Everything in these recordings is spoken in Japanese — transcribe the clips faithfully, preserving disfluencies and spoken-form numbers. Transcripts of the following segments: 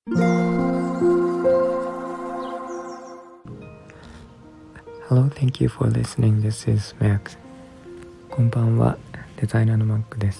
Hello, thank you for listening. This is Mac. こんばんは、デザイナーの Mac です。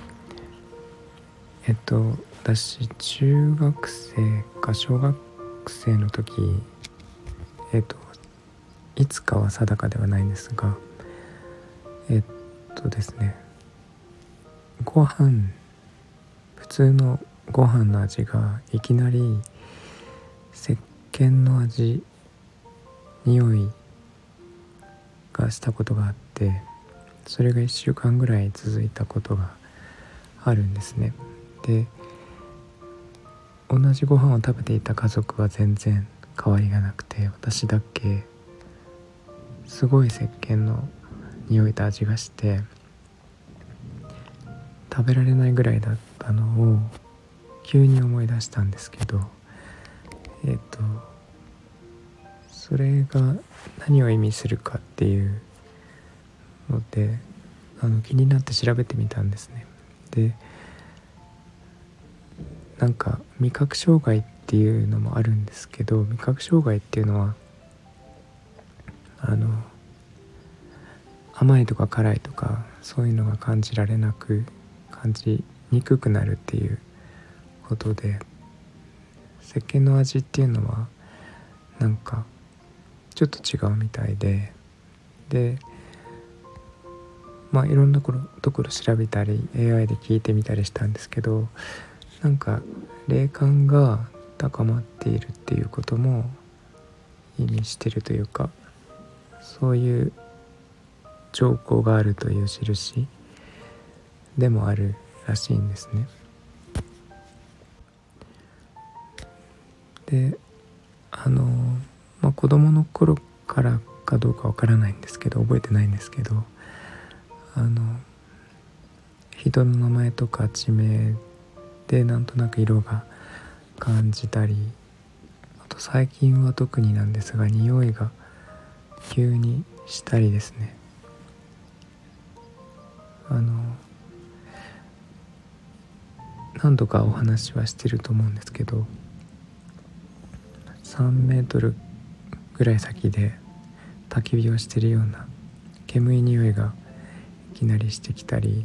えっと、私、中学生か小学生の時、えっと、いつかは定かではないんですが、えっとですね、ご飯、普通のご飯の味がいきなり石鹸の味、匂いがしたことがあって、それがいっしゅうかんぐらい続いたことがあるんですね。で、同じご飯を食べていた家族は全然変わりがなくて、私だけすごい石鹸の匂いと味がして食べられないぐらいだったのを急に思い出したんですけど、えっとそれが何を意味するかっていうので、あの気になって調べてみたんですね。で、なんか味覚障害っていうのもあるんですけど、味覚障害っていうのはあの甘いとか辛いとかそういうのが感じられなく感じにくくなるっていうことで、石鹸の味っていうのはなんかちょっと違うみたいで、でまあいろんなところ調べたり エーアイ で聞いてみたりしたんですけど、なんか霊感が高まっているっていうことも意味してるというか、そういう兆候があるという印でもあるらしいんですね。で、あの、まあ、子供の頃からかどうかわからないんですけど、覚えてないんですけど、あの人の名前とか地名でなんとなく色が感じたり、あと最近は特になんですが匂いが急にしたりですね、あの何度かお話はしてると思うんですけど、さんメートルぐらい先で焚き火をしてるような煙い匂いがいきなりしてきたり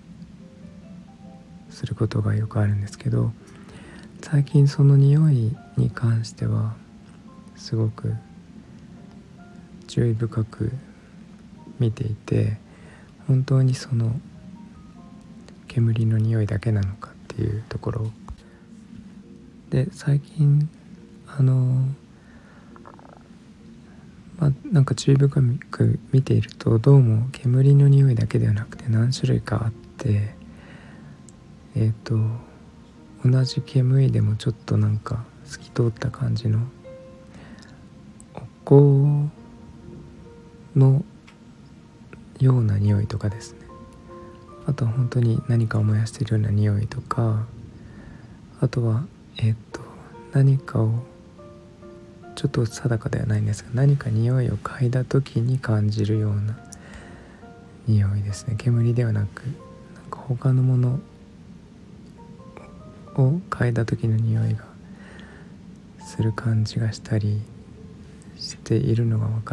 することがよくあるんですけど、最近その匂いに関してはすごく注意深く見ていて、本当にその煙の匂いだけなのかっていうところで、最近あのまあなんか注意深く見ていると、どうも煙の匂いだけではなくて何種類かあって、えっと同じ煙でもちょっとなんか透き通った感じのお香のような匂いとかですね、あとは本当に何かを燃やしているような匂いとか、あとはえっと何かをちょっと定かではないんですが、何か匂いを嗅いだ時に感じるような匂いですね。煙ではなく、なんか他のものを嗅いだ時の匂いがする感じがしたりしているのが分かって、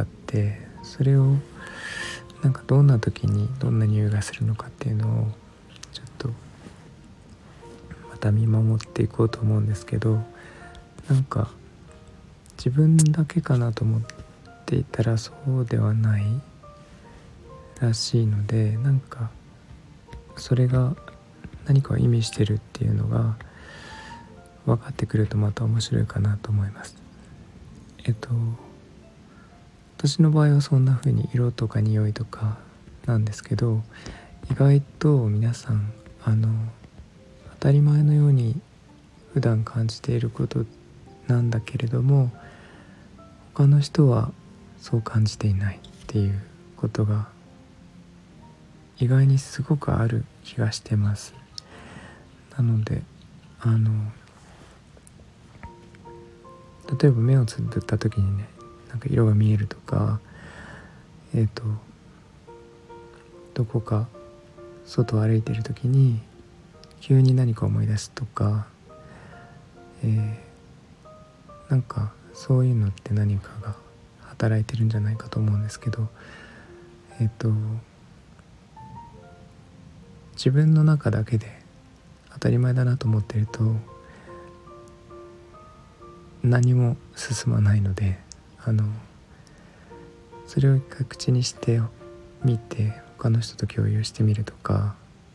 それをなんかどんな時にどんな匂いがするのかっていうのをちょっとまた見守っていこうと思うんですけど、なんか自分だけかなと思っていたらそうではないらしいので、なんかそれが何かを意味してるっていうのが分かってくるとまた面白いかなと思います。えっと私の場合はそんな風に色とか匂いとかなんですけど、意外と皆さんあの当たり前のように普段感じていることなんだけれども、他の人はそう感じていないっていうことが意外にすごくある気がしてます。なのであの例えば目をつぶった時にね、なんか色が見えるとか、えっとどこか外を歩いている時に急に何か思い出すとか、 えー、なんかそういうのって何かが働いてるんじゃないかと思うんですけど、えっと自分の中だけで当たり前だなと思ってると何も進まないので、あのそれを一回口にしてみて他の人と共有してみるとか、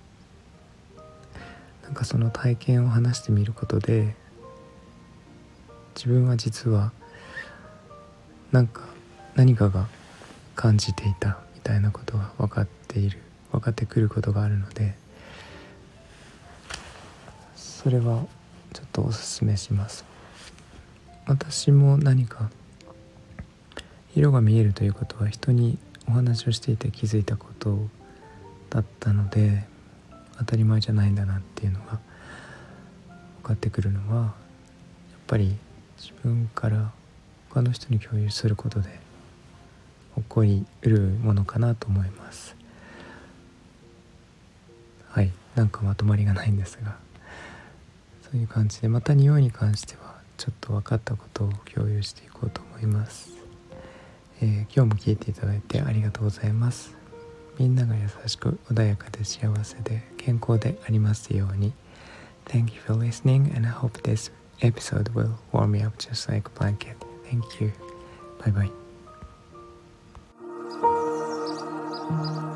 なんかその体験を話してみることで、自分は実はなんか何かが感じていたみたいなことが分かっている分かってくることがあるので、それはちょっとおすすめします。私も何か色が見えるということは人にお話をしていて気づいたことだったので、当たり前じゃないんだなっていうのが分かってくるのは、やっぱり自分から他の人に共有することで起こりうるものかなと思います。はい、なんかまとまりがないんですが、そういう感じで、また匂いに関してはちょっと分かったことを共有していこうと思います。えー、今日も聞いていただいてありがとうございます。みんなが優しく穏やかで幸せで健康でありますように。 Thank you for listening and I hope this episode will warm me up just like a blanket. Thank you. Bye bye.